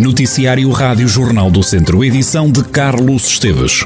Noticiário Rádio Jornal do Centro, edição de Carlos Esteves.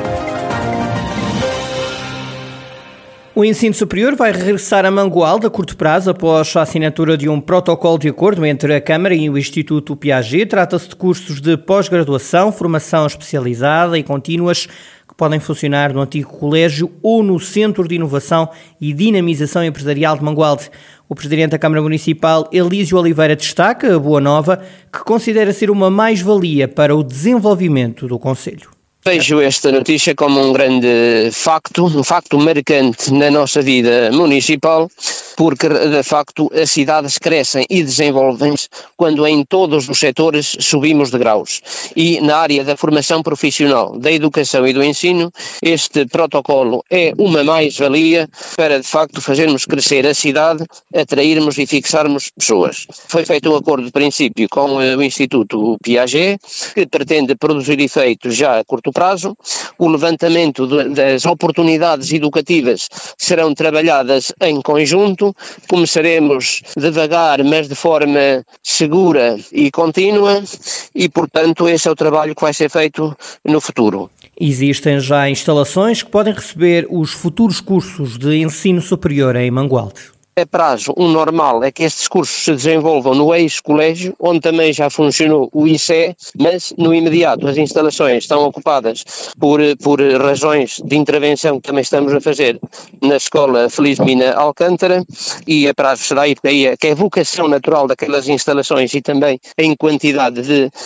O ensino superior vai regressar a Mangualde a curto prazo após a assinatura de um protocolo de acordo entre a Câmara e o Instituto Piaget. Trata-se de cursos de pós-graduação, formação especializada e contínuas que podem funcionar no antigo colégio ou no Centro de Inovação e Dinamização Empresarial de Mangualde. O Presidente da Câmara Municipal, Elísio Oliveira, destaca a boa nova, que considera ser uma mais-valia para o desenvolvimento do concelho. Vejo esta notícia como um grande facto, um facto marcante na nossa vida municipal, porque de facto as cidades crescem e desenvolvem-se quando em todos os setores subimos de graus. E na área da formação profissional, da educação e do ensino, este protocolo é uma mais-valia para de facto fazermos crescer a cidade, atrairmos e fixarmos pessoas. Foi feito um acordo de princípio com o Instituto Piaget, que pretende produzir efeitos já a curto prazo. O levantamento das oportunidades educativas serão trabalhadas em conjunto. Começaremos devagar, mas de forma segura e contínua e, portanto, esse é o trabalho que vai ser feito no futuro. Existem já instalações que podem receber os futuros cursos de ensino superior em Mangualde. A prazo, o normal é que estes cursos se desenvolvam no ex-colégio, onde também já funcionou o ICE, mas no imediato as instalações estão ocupadas por razões de intervenção que também estamos a fazer na Escola Felizmina Alcântara, e a prazo será aí, que é a vocação natural daquelas instalações e também em quantidade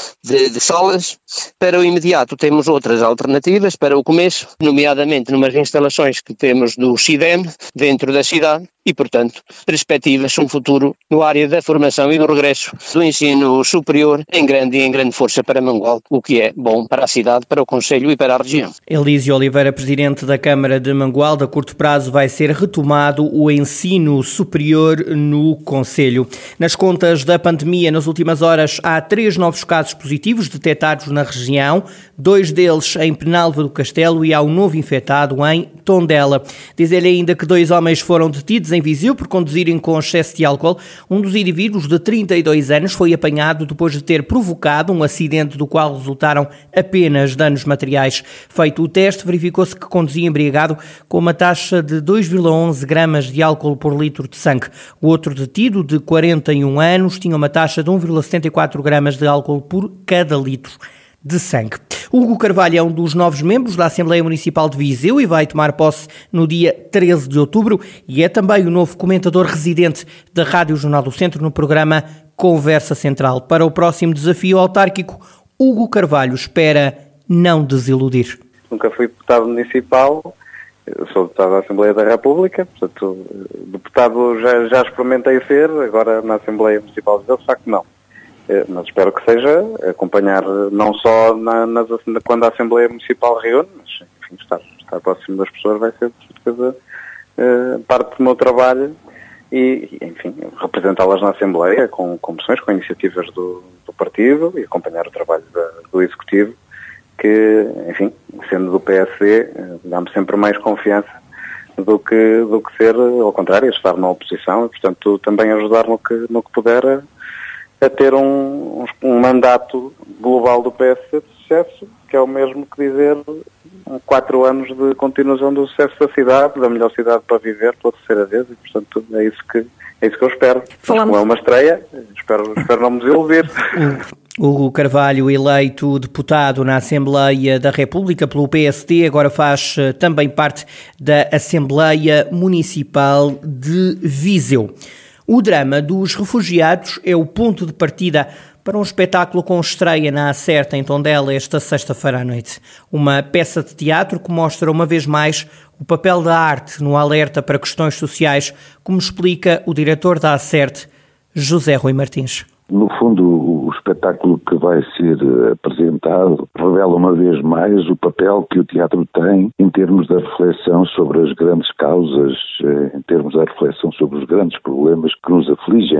de salas. Para o imediato temos outras alternativas para o começo, nomeadamente numas instalações que temos do CIDEM dentro da cidade, e, portanto, perspectivas um futuro no área da formação e do regresso do ensino superior em grande força para Mangualde, o que é bom para a cidade, para o concelho e para a região. Elísio Oliveira, Presidente da Câmara de Mangualde, a curto prazo vai ser retomado o ensino superior no concelho. Nas contas da pandemia, nas últimas horas, há 3 novos casos positivos detectados na região, 2 deles em Penalva do Castelo e há um novo infectado em Tondela. Diz-lhe ainda que 2 homens foram detidos em Viseu por conduzirem com excesso de álcool. Um dos indivíduos, de 32 anos, foi apanhado depois de ter provocado um acidente do qual resultaram apenas danos materiais. Feito o teste, verificou-se que conduzia embriagado com uma taxa de 2,11 gramas de álcool por litro de sangue. O outro detido, de 41 anos, tinha uma taxa de 1,74 gramas de álcool por cada litro de sangue. Hugo Carvalho é um dos novos membros da Assembleia Municipal de Viseu e vai tomar posse no dia 13 de outubro e é também o novo comentador residente da Rádio Jornal do Centro no programa Conversa Central. Para o próximo desafio autárquico, Hugo Carvalho espera não desiludir. Nunca fui deputado municipal, eu sou deputado da Assembleia da República, portanto, deputado já experimentei ser, agora na Assembleia Municipal de Viseu, de facto não. Mas espero que seja acompanhar não só quando a Assembleia Municipal reúne, mas enfim, estar próximo das pessoas vai ser de certeza parte do meu trabalho e enfim, representá-las na Assembleia com moções, com iniciativas do partido e acompanhar o trabalho do Executivo, que, enfim, sendo do PSD, dá-me sempre mais confiança do que ser, ao contrário, estar na oposição e, portanto, também ajudar no que puder a ter um mandato global do PSD de sucesso, que é o mesmo que dizer 4 anos de continuação do sucesso da cidade, da melhor cidade para viver pela terceira vez, e portanto é isso que eu espero. Como é uma estreia, espero não me desiludir. Hugo Carvalho, eleito deputado na Assembleia da República pelo PSD, agora faz também parte da Assembleia Municipal de Viseu. O drama dos refugiados é o ponto de partida para um espetáculo com estreia na Acerta, em Tondela, esta sexta-feira à noite. Uma peça de teatro que mostra uma vez mais o papel da arte no alerta para questões sociais, como explica o diretor da Acerta, José Rui Martins. No fundo, o espetáculo que vai ser apresentado revela uma vez mais o papel que o teatro tem em termos da reflexão sobre as grandes causas, em termos da reflexão sobre os grandes problemas que nos afligem em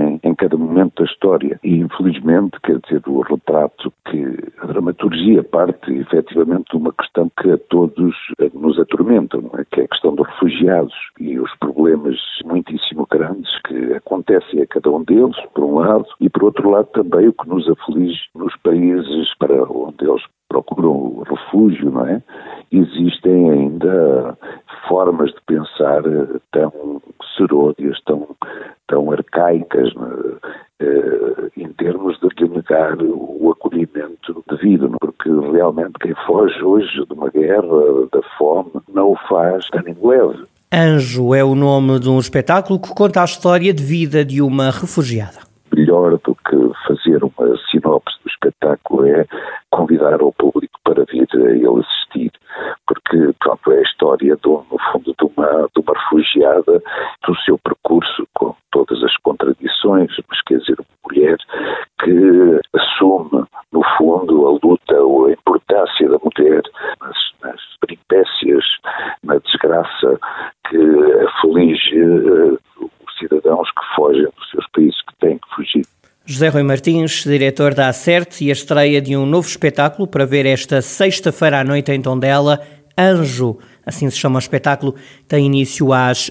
cada momento da história. E, infelizmente, quer dizer, o retrato que a dramaturgia parte, efetivamente, de uma questão que a todos nos atormenta, não é? Que é a questão dos refugiados e os problemas muitíssimo grandes que acontecem a cada um deles, por um lado, e, por outro lado, também o que nos aflige nos países para onde eles procuram refúgio, não é? Existem ainda formas de pensar tão seródias, tão arcaicas, em termos de lhe negar o acolhimento devido, não? Porque realmente quem foge hoje de uma guerra, da fome, não o faz a ânimo leve. Anjo é o nome de um espetáculo que conta a história de vida de uma refugiada. Melhor do que fazer uma sinopse do espetáculo é convidar o público para vir a ele assistir, porque pronto, é a história, no fundo, de uma refugiada, do seu percurso, com todas as contradições, mas quer dizer, uma mulher que assume, no fundo, a luta ou a importância da mulher nas peripécias, na desgraça que aflige os cidadãos que fogem dos seus países, que têm que fugir. José Rui Martins, diretor da Acerte, e a estreia de um novo espetáculo para ver esta sexta-feira à noite em Tondela, Anjo, assim se chama o espetáculo, tem início às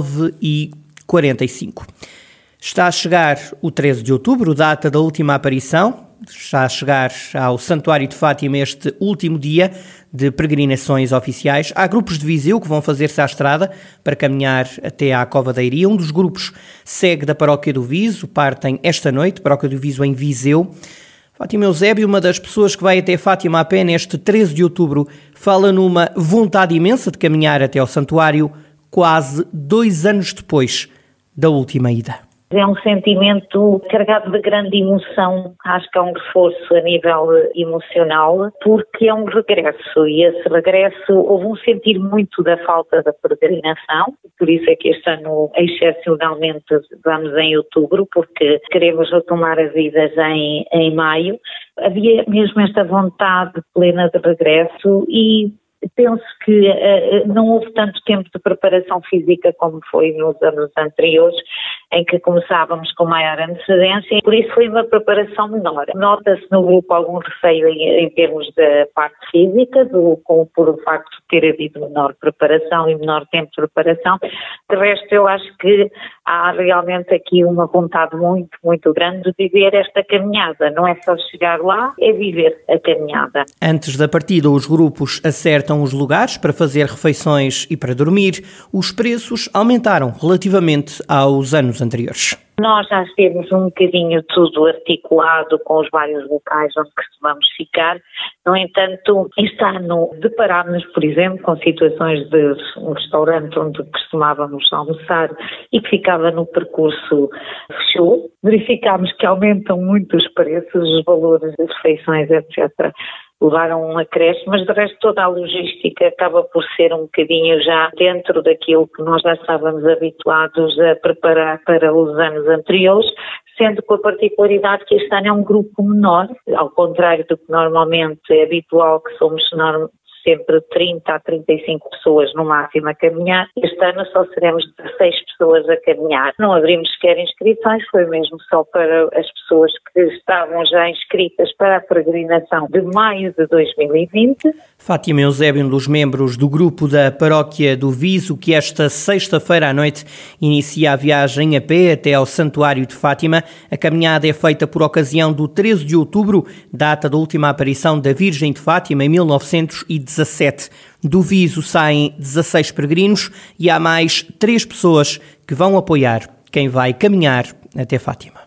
9h45. Está a chegar o 13 de outubro, data da última aparição. Está a chegar ao Santuário de Fátima este último dia de peregrinações oficiais. Há grupos de Viseu que vão fazer-se à estrada para caminhar até à Cova da Iria. Um dos grupos segue da Paróquia do Viso, partem esta noite, Paróquia do Viso em Viseu. Fátima Eusébio, uma das pessoas que vai até Fátima a pé neste 13 de outubro, fala numa vontade imensa de caminhar até ao santuário quase 2 anos depois da última ida. É um sentimento carregado de grande emoção, acho que é um reforço a nível emocional, porque é um regresso, e esse regresso houve um sentir muito da falta da peregrinação, por isso é que este ano excepcionalmente vamos em outubro, porque queremos retomar as idas em maio. Havia mesmo esta vontade plena de regresso e penso que não houve tanto tempo de preparação física como foi nos anos anteriores, em que começávamos com maior antecedência, e por isso foi uma preparação menor. Nota-se no grupo algum receio em termos da parte física, por o facto de ter havido menor preparação e menor tempo de preparação. De resto, eu acho que há realmente aqui uma vontade muito, muito grande de viver esta caminhada. Não é só chegar lá, é viver a caminhada. Antes da partida, os grupos acertam os lugares para fazer refeições e para dormir. Os preços aumentaram relativamente aos anos anteriores. Nós já temos um bocadinho tudo articulado com os vários locais onde costumamos ficar. No entanto, este ano deparámos-nos, por exemplo, com situações de um restaurante onde costumávamos almoçar e que ficava no percurso fechou. Verificámos que aumentam muito os preços, os valores das refeições, etc. Levaram um acréscimo, mas de resto toda a logística acaba por ser um bocadinho já dentro daquilo que nós já estávamos habituados a preparar para os anos anteriores, sendo com a particularidade que este ano é um grupo menor, ao contrário do que normalmente é habitual, que somos sempre 30 a 35 pessoas no máximo a caminhar. Este ano só seremos 16 pessoas a caminhar. Não abrimos sequer inscrições, foi mesmo só para as pessoas que estavam já inscritas para a peregrinação de maio de 2020. Fátima Eusébio, um dos membros do grupo da Paróquia do Viso, que esta sexta-feira à noite inicia a viagem a pé até ao Santuário de Fátima. A caminhada é feita por ocasião do 13 de outubro, data da última aparição da Virgem de Fátima em 1917. Do Viso saem 16 peregrinos e há mais 3 pessoas que vão apoiar quem vai caminhar até Fátima.